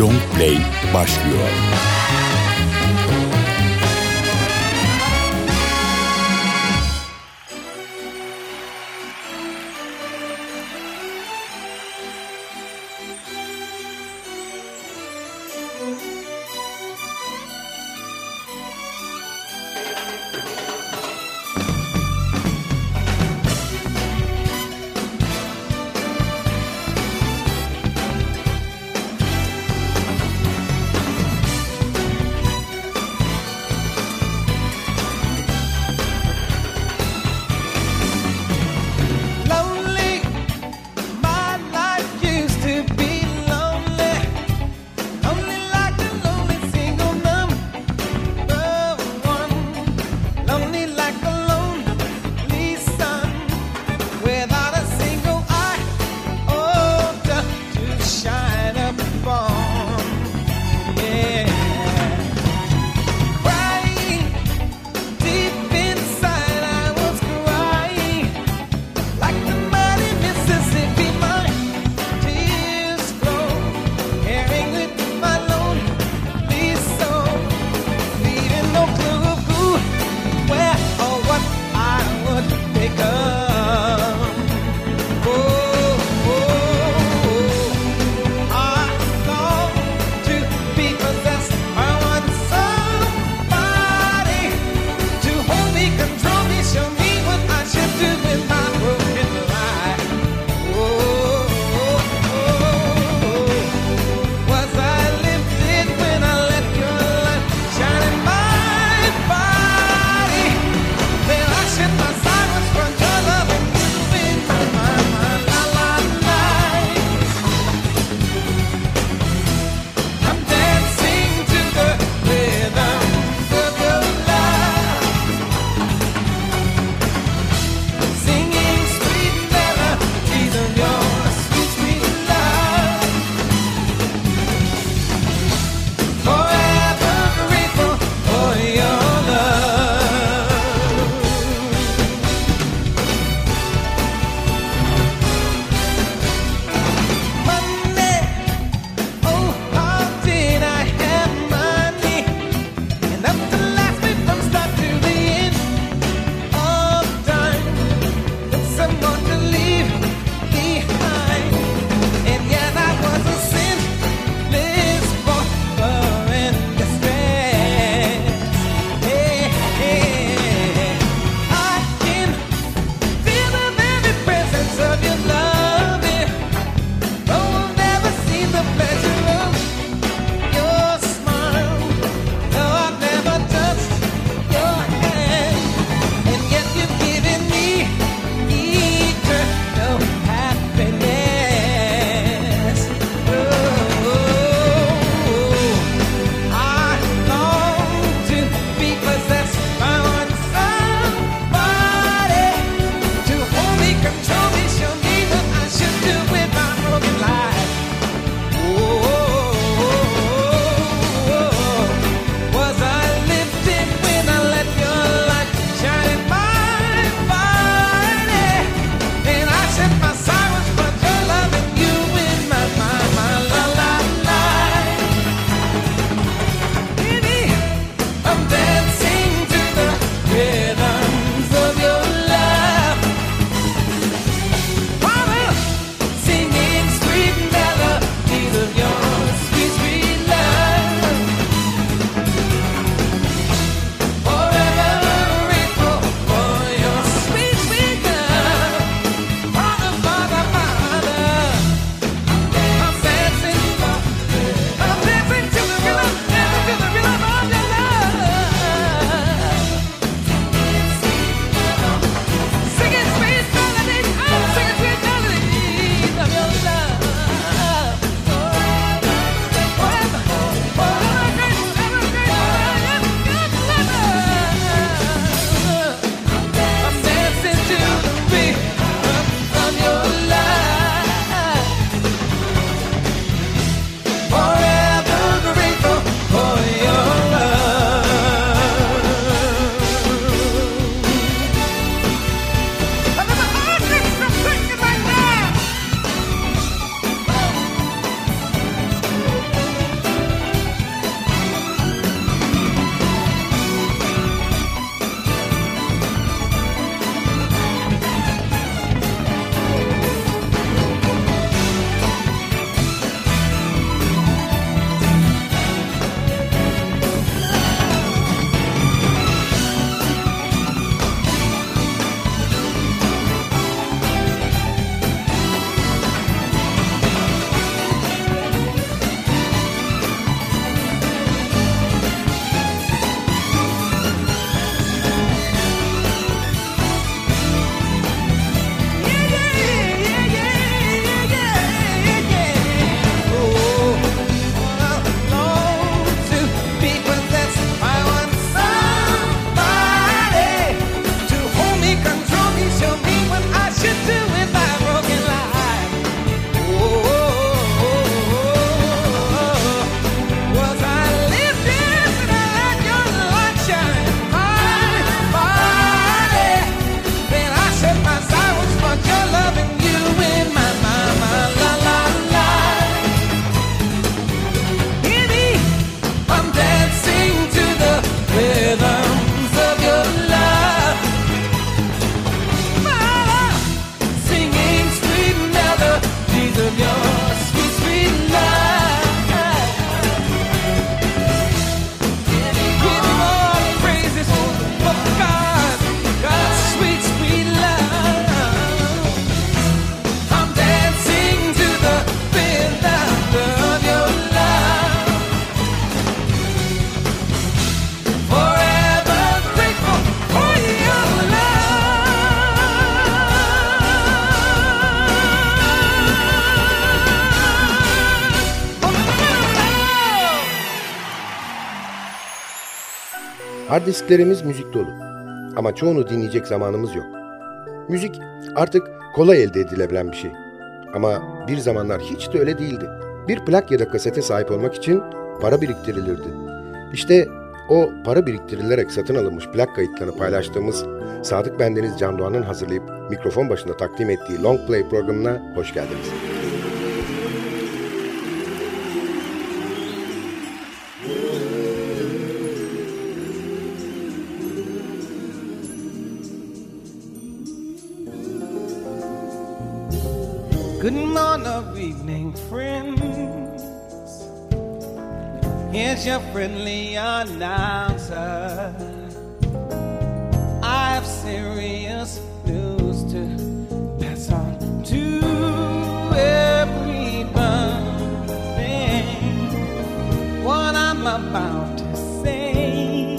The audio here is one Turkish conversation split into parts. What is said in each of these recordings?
Long Play başlıyor. Hard disklerimiz müzik dolu. Ama çoğunu dinleyecek zamanımız yok. Müzik artık kolay elde edilebilen bir şey. Ama bir zamanlar hiç de öyle değildi. Bir plak ya da kasete sahip olmak için para biriktirilirdi. İşte o para biriktirilerek satın alınmış plak kayıtlarını paylaştığımız Sadık Bendeniz Can Doğan'ın hazırlayıp mikrofon başında takdim ettiği Long Play programına hoş geldiniz. Good morning, evening, friends. Here's your friendly announcer. I have serious news to pass on to everybody. What I'm about to say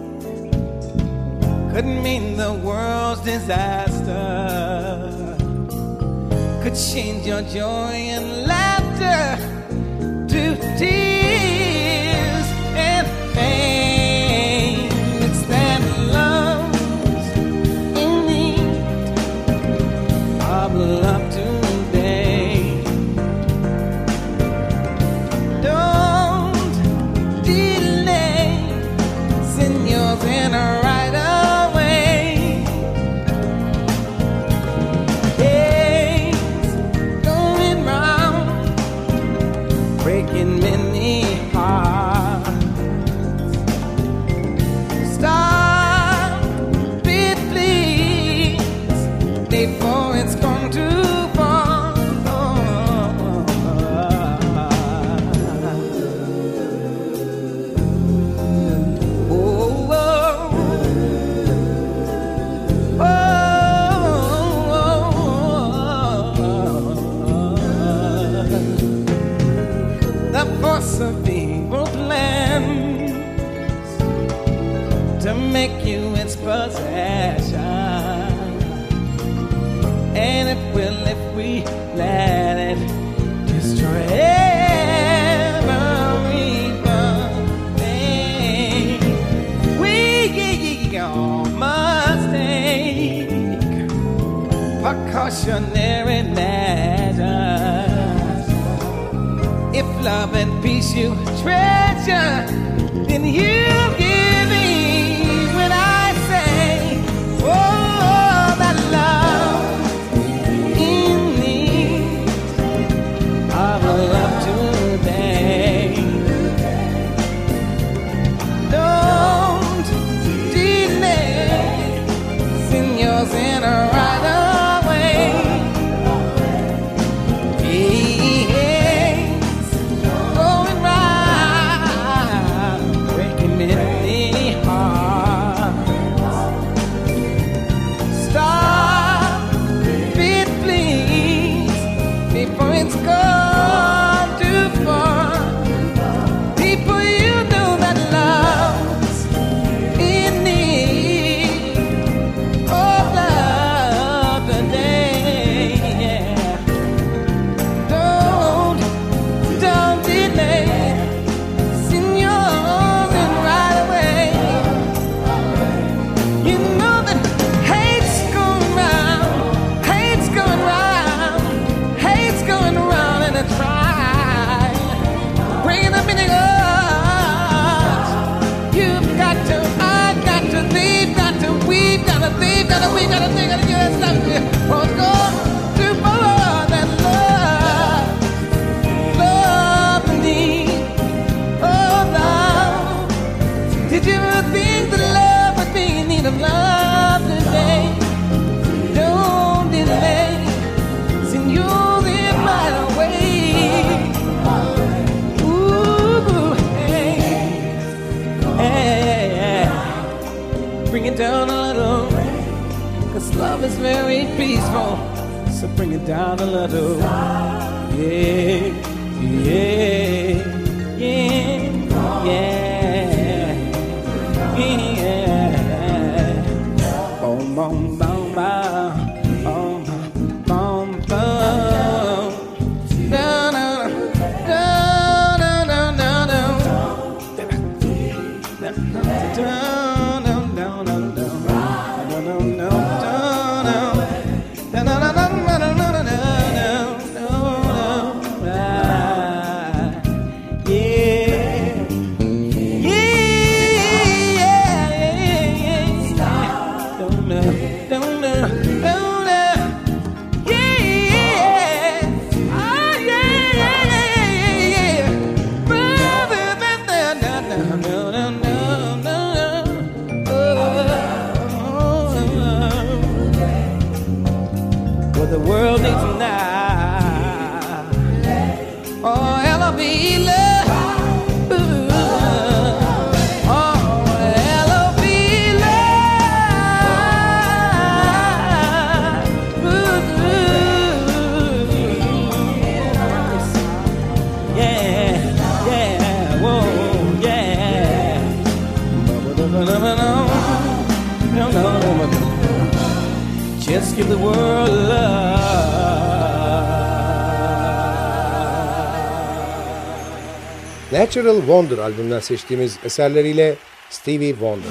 could mean the world's disaster. Could change your joy and laughter to tears and pain. It's that love's in need of love today. Don't delay, send yours in right away. Breaking many hearts. Stop it, please, before it's gone too far. The force of evil plans to make you its possession, and it will if we let it destroy everything. We all must take precautionary measures. If love and peace you treasure, then you give me when I say, oh, that love in need of love today. Don't delay, send yours in right away. It's gone too far. People, you know that love's in need of love today. Yeah. Don't delay, send yours in right away. You know that hate's going round, hate's going round, hate's going around and it's right. Bringing the meaning up. You've got to, I got to, they've got to, we've got to, they've got to, we got to, they got to get us stuff. Oh, it's gone too far that love need. Oh, love. Did you ever think that love would be in need of love today? Don't delay, send yours in right away. Ooh, hey, bring it down a little, 'cause love is very peaceful, so bring it down a little. Yeah, yeah, yeah, yeah, yeah. Boom, boom, boom, boom. Dun, let's give the world love. Natural Wonder albümünden seçtiğimiz eserleriyle Stevie Wonder.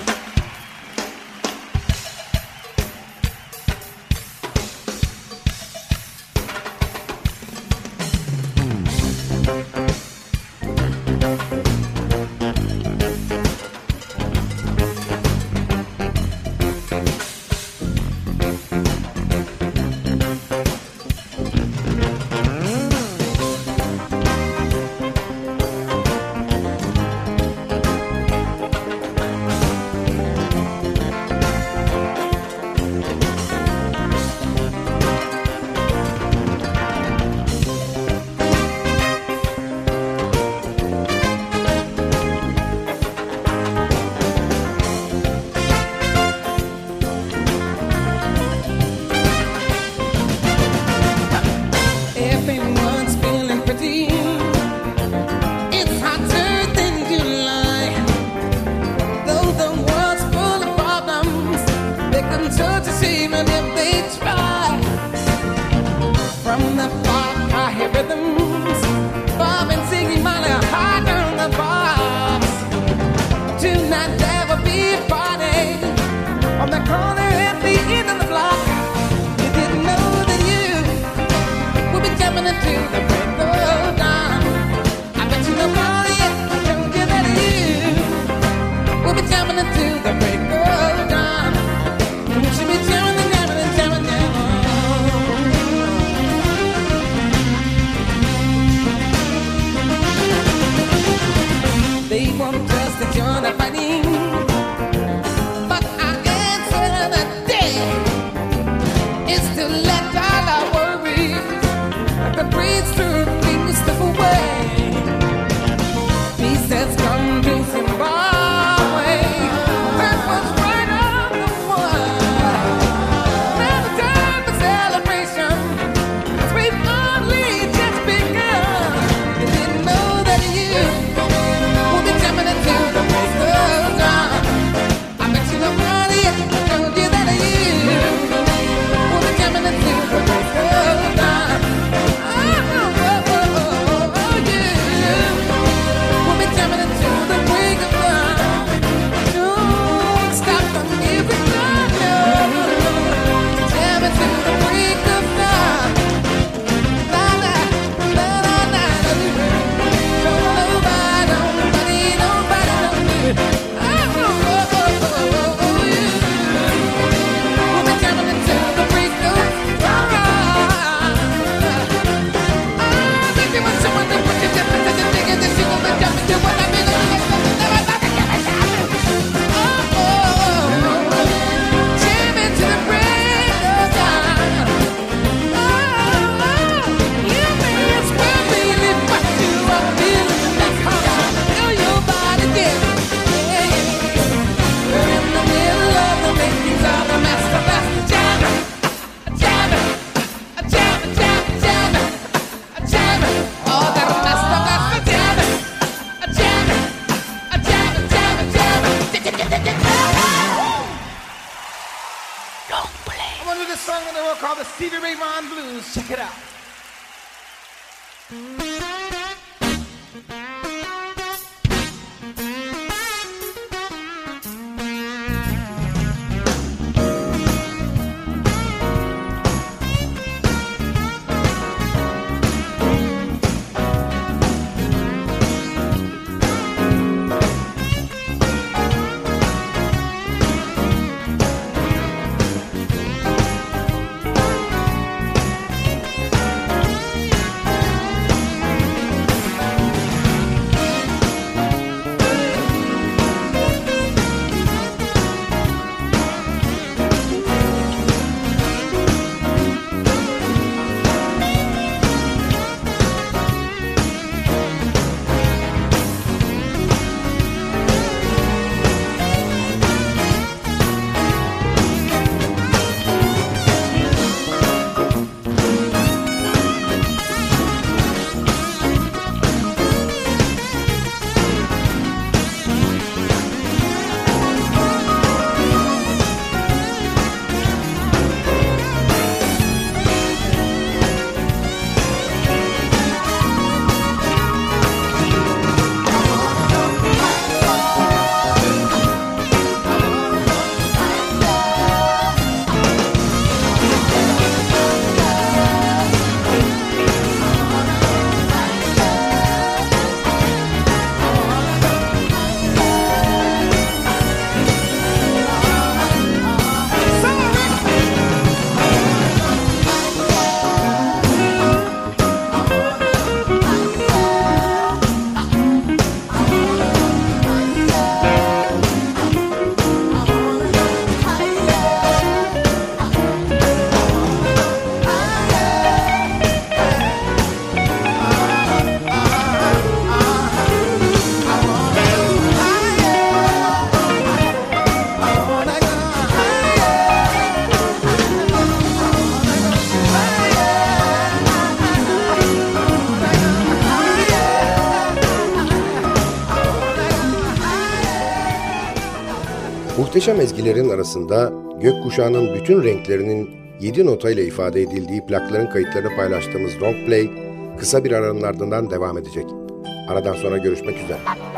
Muhteşem ezgilerin arasında gökkuşağının bütün renklerinin 7 notayla ifade edildiği plakların kayıtlarını paylaştığımız Long Play kısa bir aranın ardından devam edecek. Aradan sonra görüşmek üzere.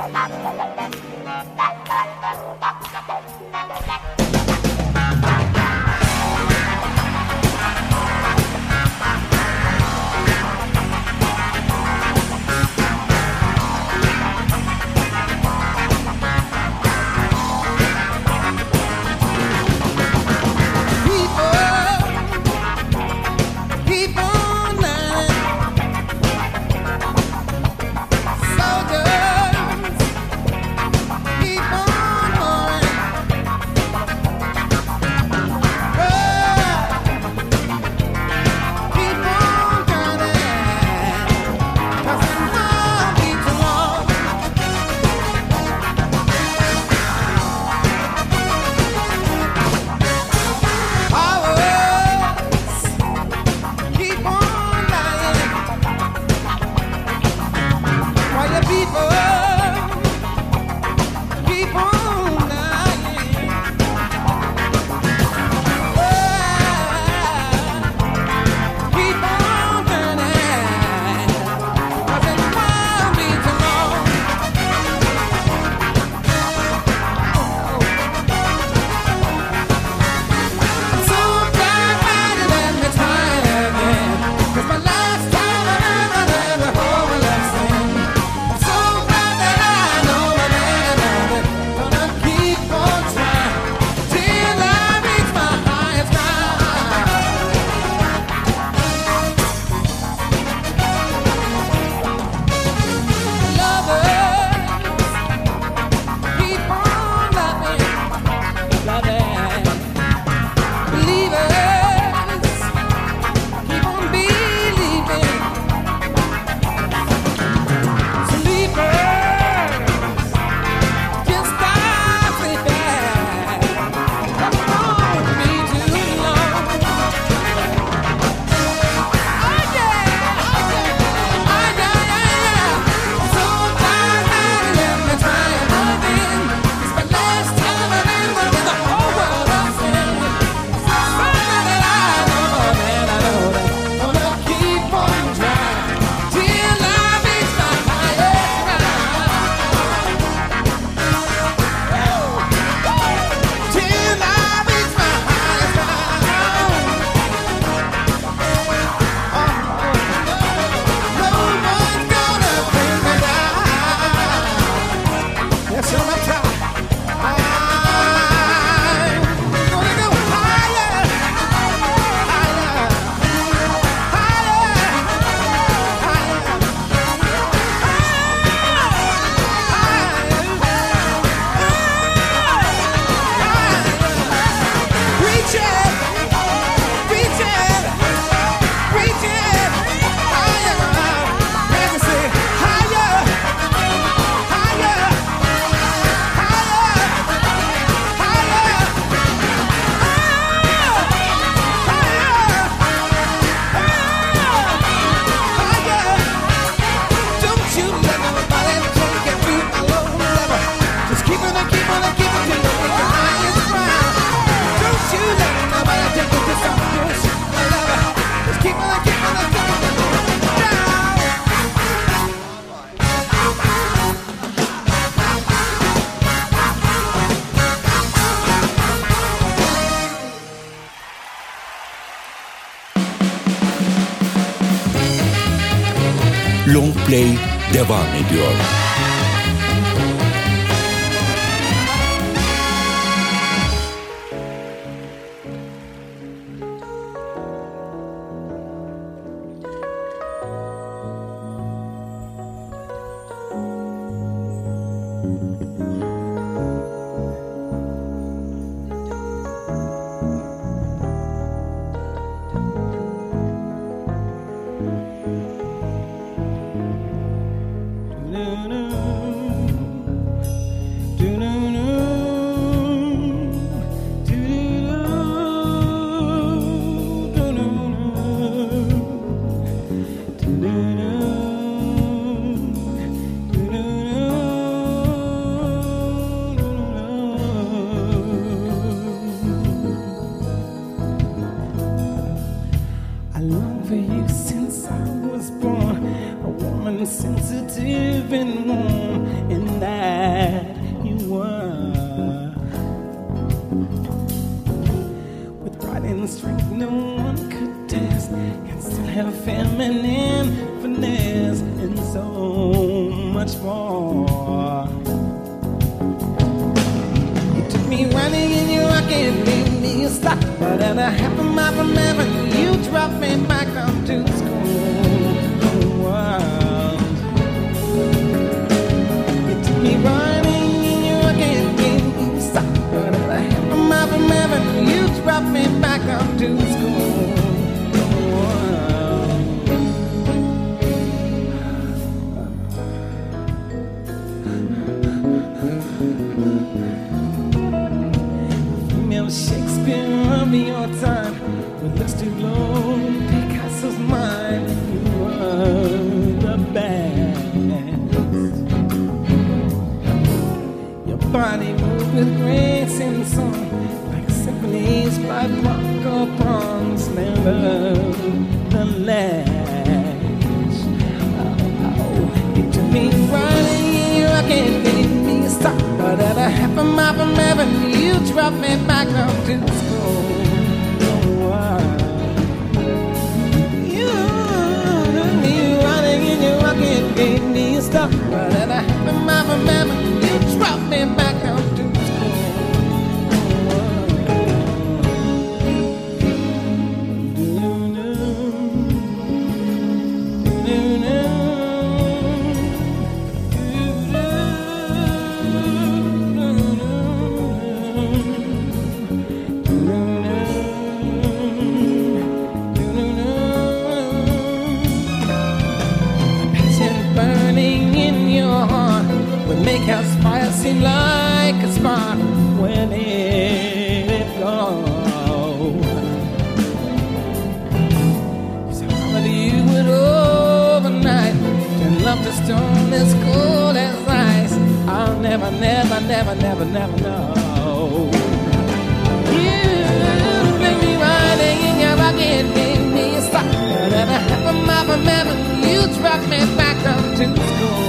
Long Play devam ediyor. Do, do, and sensitive and warm, and that you were. With pride and strength no one could test, and still have feminine finesse and so much more. You took me running in your rocket, made me stop, but at a half a mile from heaven, you dropped me back down to school. You took me running in your rocket, made me stop, but at a half a mile from heaven, you dropped me back down to school. Shakespeare of your time, with looks to glow, Picasso's mind, you were the best. Your body moved with grace and song, like symphonies by Bach or Brahms, nevertheless. You took me running in your rocket, made me stop, but at a half a mile from heaven, you dropped me back down to school. You took me running in your rocket, made me stop, but at a half a mile from heaven, you dropped me back down to school. Make our fire seem like a spark when it glows. So how do you would overnight turn love to stone as cold as ice? I'll never, never, never, never, never know. You bring me riding in your rocket, made me stop, but at a half a mile from heaven, you dropped me back down to school.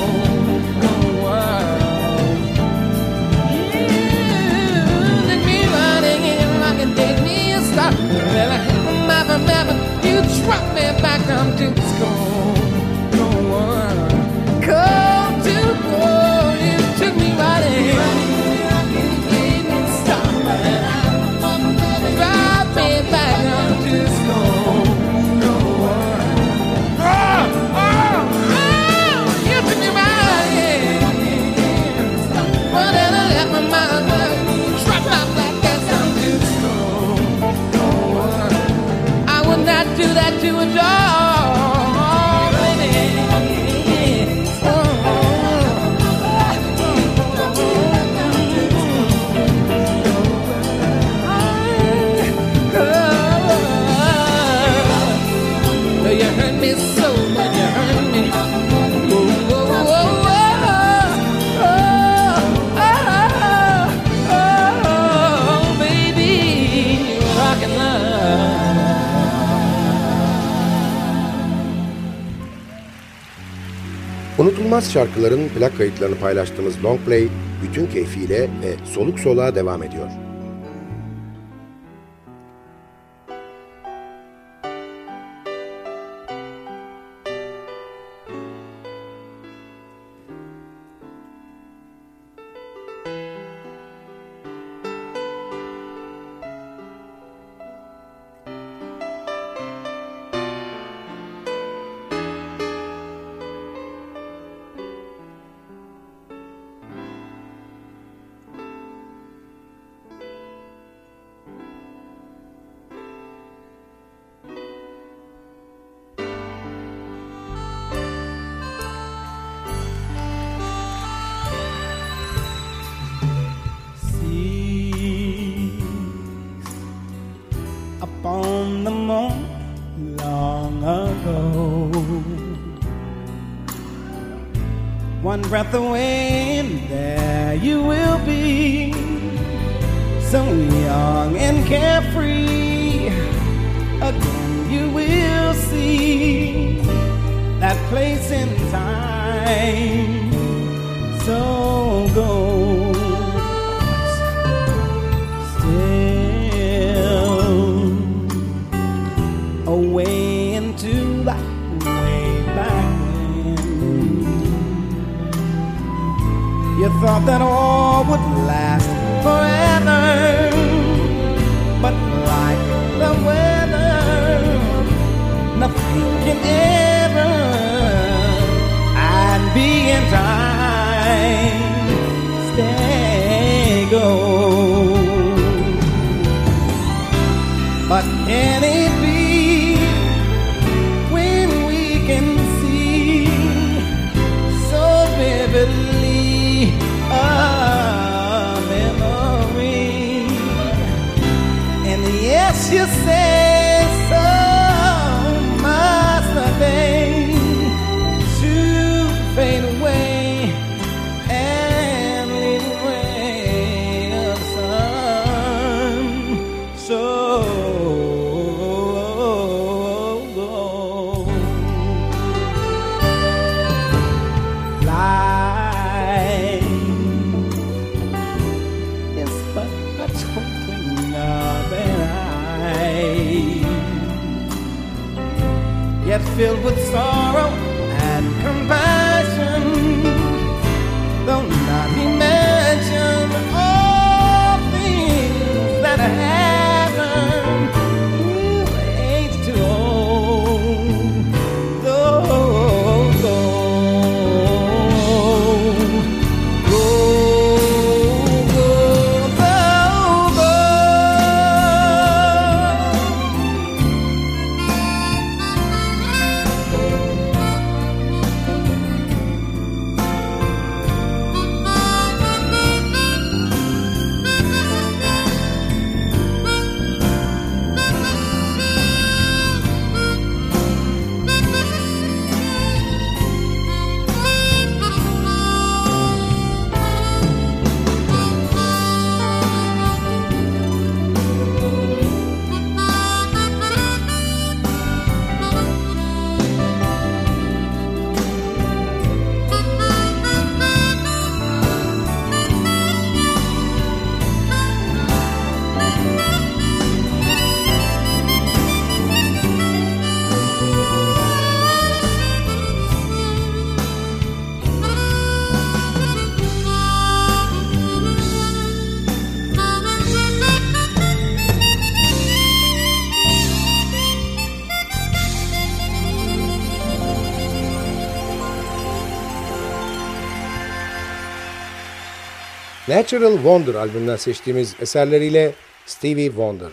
Take me a stop, then I hit my remember. You dropped me back down to school. No one called to go. You took me right in. Gave me a stop, then dropped me back down to school. No one. You took me right in. But then I left my mind, dropped my black ass down to school. Not do that to a dog, baby. You hurt me so, but you hurt me. Oh, baby, rockin' love. Unutulmaz şarkıların plak kayıtlarını paylaştığımız Long Play bütün keyfiyle ve soluk soluğa devam ediyor. On the moon long ago, one breath away and there you will be, so young and carefree. Again you will see that place in time thought that all would last forever, but like the weather, nothing can ever and be in time stay go. But can it be when we can see so vividly a memory? And yes, you say so must the day to fade away and leave away of sun. So yet filled with sorrow and compassion, though not imagine all things that happen. Age too old, though go. Natural Wonder albümünden seçtiğimiz eserleriyle Stevie Wonder.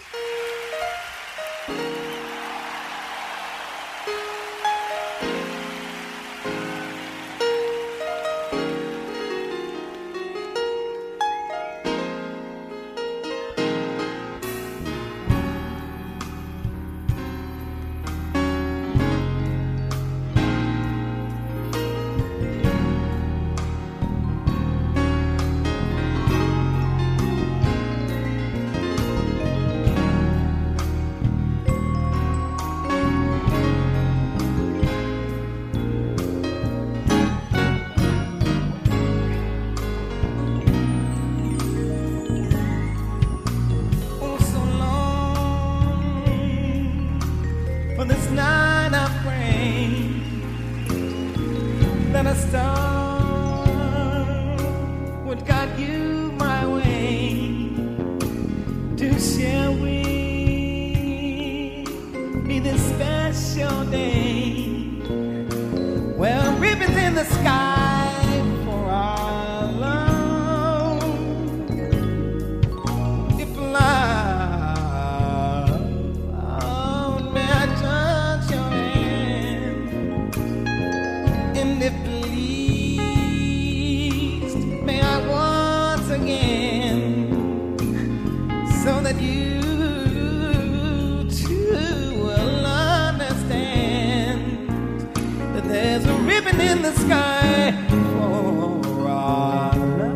For this night I pray that a star would guide you my way to share with me this special day where ribbons in the sky for our love. If love, may I touch your hand, and if pleased, may I once again, so that you too will understand that there's a ribbon in the sky for our love.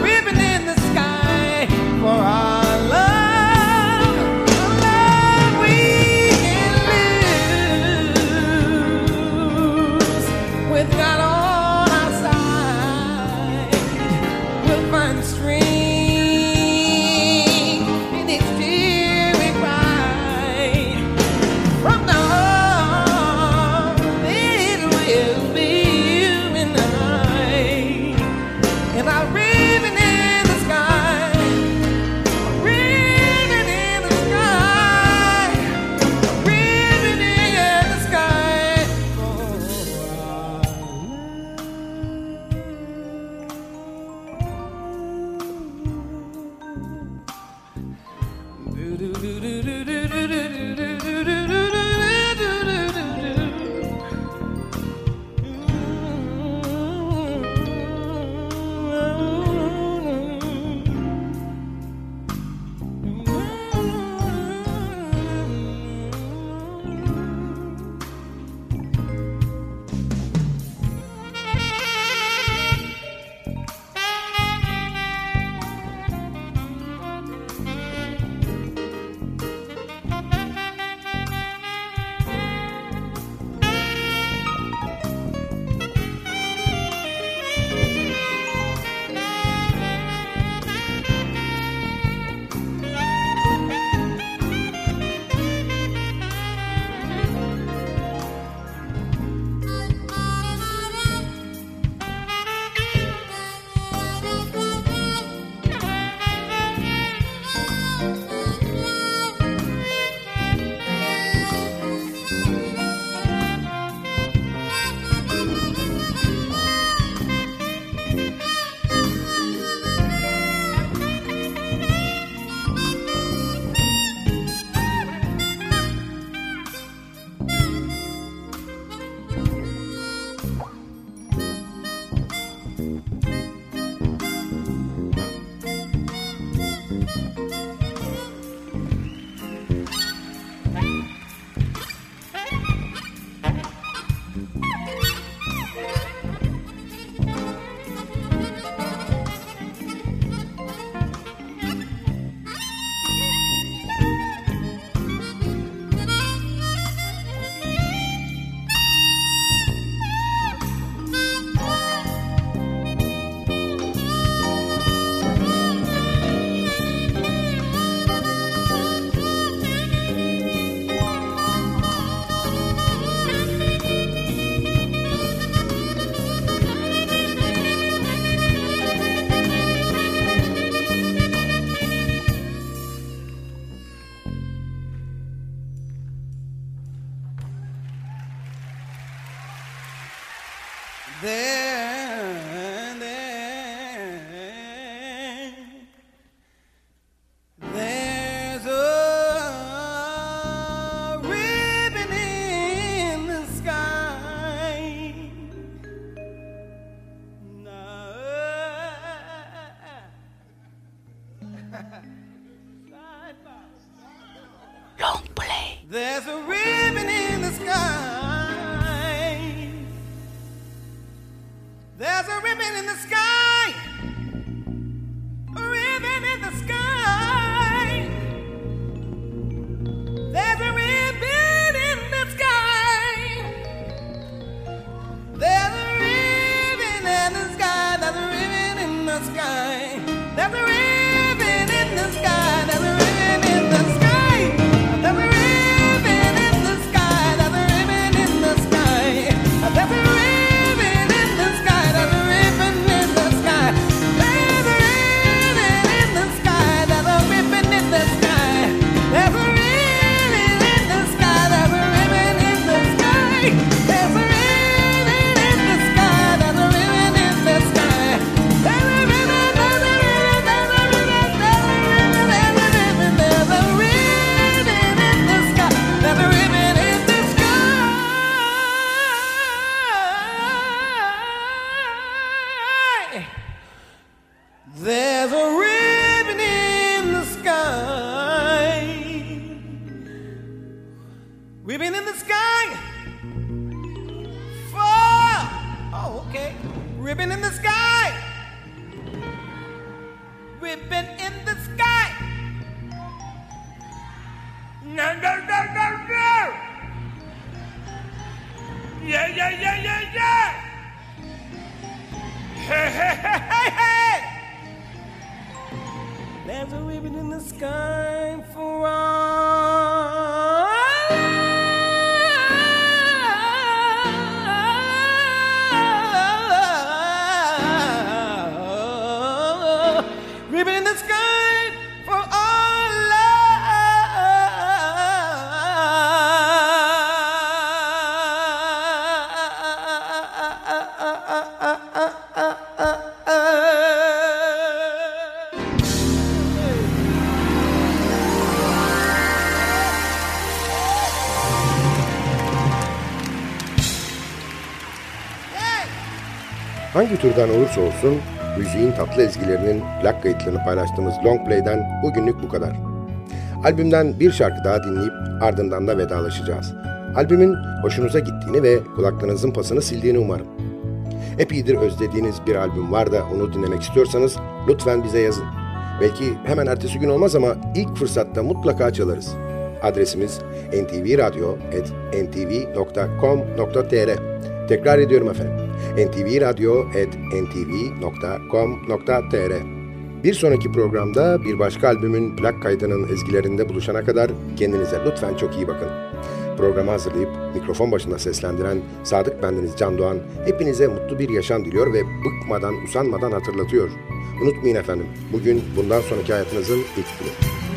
ribbon in the sky for our love, a love we can lose. With God on our side, we'll find strength in each tear we cry. From now on, it will be you and our ribbon in the sky, ribbon in the sky, ribbon in the sky for our There's a ribbon in the sky. Long play. There's a ribbon in the sky. There's a ribbon in the sky. A ribbon in the sky. There's a ribbon in the sky. There's a ribbon in the sky. There's a ribbon in the sky. There's a ribbon in the sky. There's a ribbon in the sky. There's a ribbon in the sky. There's a ribbon in the sky. There's a ribbon in the sky. There's a ribbon in the sky. There's a ribbon in the sky. There's a ribbon in the sky. There's a ribbon in the sky. There's a ribbon in the sky. There's a ribbon in the sky. There's a ribbon in the sky. There's a ribbon. There's a ribbon. There's a ribbon. We've been in the sky. No, no, no, no, no. Yeah, yeah, yeah, yeah, yeah. Hey, hey, hey, hey, hey. There's a ribbon in the sky for all. Ribbon in the sky for all Hangi türden olursa olsun müziğin tatlı ezgilerinin plak kayıtlarını paylaştığımız Long Play'den bugünlük bu kadar. Albümden bir şarkı daha dinleyip ardından da vedalaşacağız. Albümün hoşunuza gittiğini ve kulaklarınızın pasını sildiğini umarım. Epeydir özlediğiniz bir albüm var da onu dinlemek istiyorsanız lütfen bize yazın. Belki hemen ertesi gün olmaz ama ilk fırsatta mutlaka çalarız. Adresimiz ntvradio@ntv.com.tr. Tekrar ediyorum efendim. ntvradio@ntv.com.tr. Bir sonraki programda bir başka albümün plak kaydının ezgilerinde buluşana kadar kendinize lütfen çok iyi bakın. Programı hazırlayıp mikrofon başında seslendiren Sadık bendeniz Can Doğan hepinize mutlu bir yaşam diliyor ve bıkmadan, usanmadan hatırlatıyor. Unutmayın efendim, bugün bundan sonraki hayatınızın ilk günü.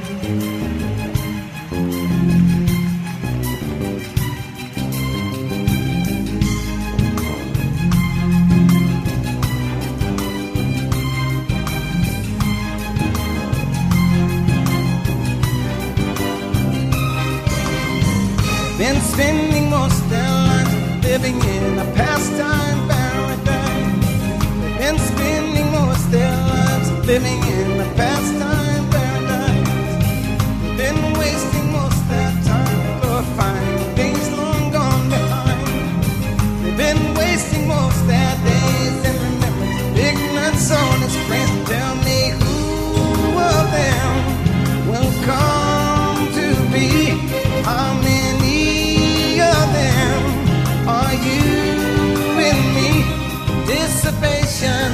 Been spending most their lives living in a pastime paradise. Been spending most their lives living in a pastime paradise. Been wasting most their time glorifying days long gone behind. They've been wasting most their days in remembrance of ignorance on his friends. Tell me who of them will come to be? How many of them are you and me? Dissipation,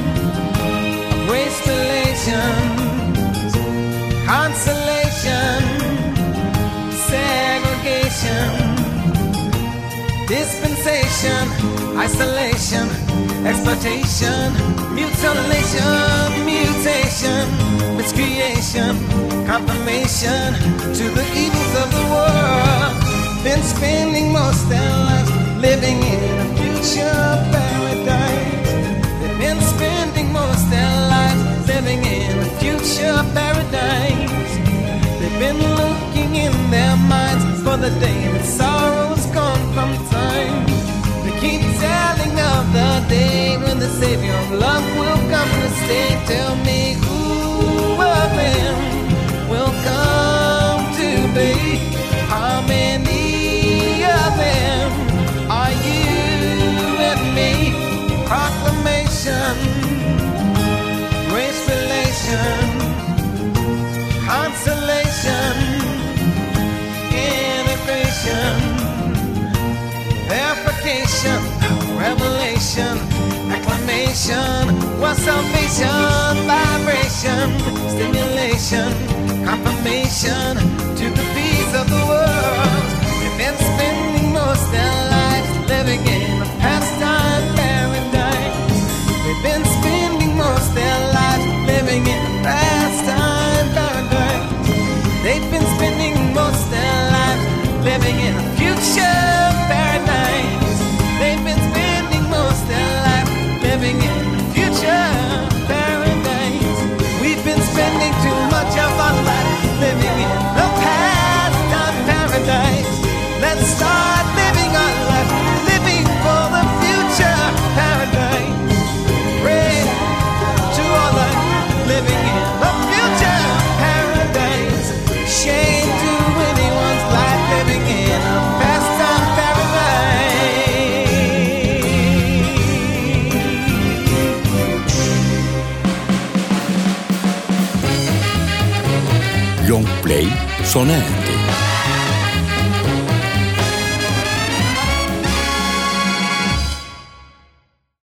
waste relations, consolation, segregation, dispensation, isolation, exploitation, mutilation, mutation, miscreation, confirmation to the evils of the world. Been spending most their lives living in a future paradise. They've been spending most their lives living in a future paradise. They've been looking in their minds for the day that sorrow's gone from time. They keep telling of the day when the Savior of love will come to stay. Tell me who of them will come to be? How many of them are you and me? Proclamation, grace relation, consolation, integration, verification, revelation, acclamation, was salvation, vibration, stimulation, confirmation to the peace of the world. They've been spending most their lives living in a pastime paradise. They've been spending most their lives living in a pastime paradise. They've been spending most their lives living in a future paradise. They've been spending most their lives living in a future paradise. We've been spending too much of our life living in the pastime paradise. Let's start living our life, living for the future paradise. Pray to all the living in the future paradise. Shame to anyone's life living in a pastime paradise. Long Play sona erdi.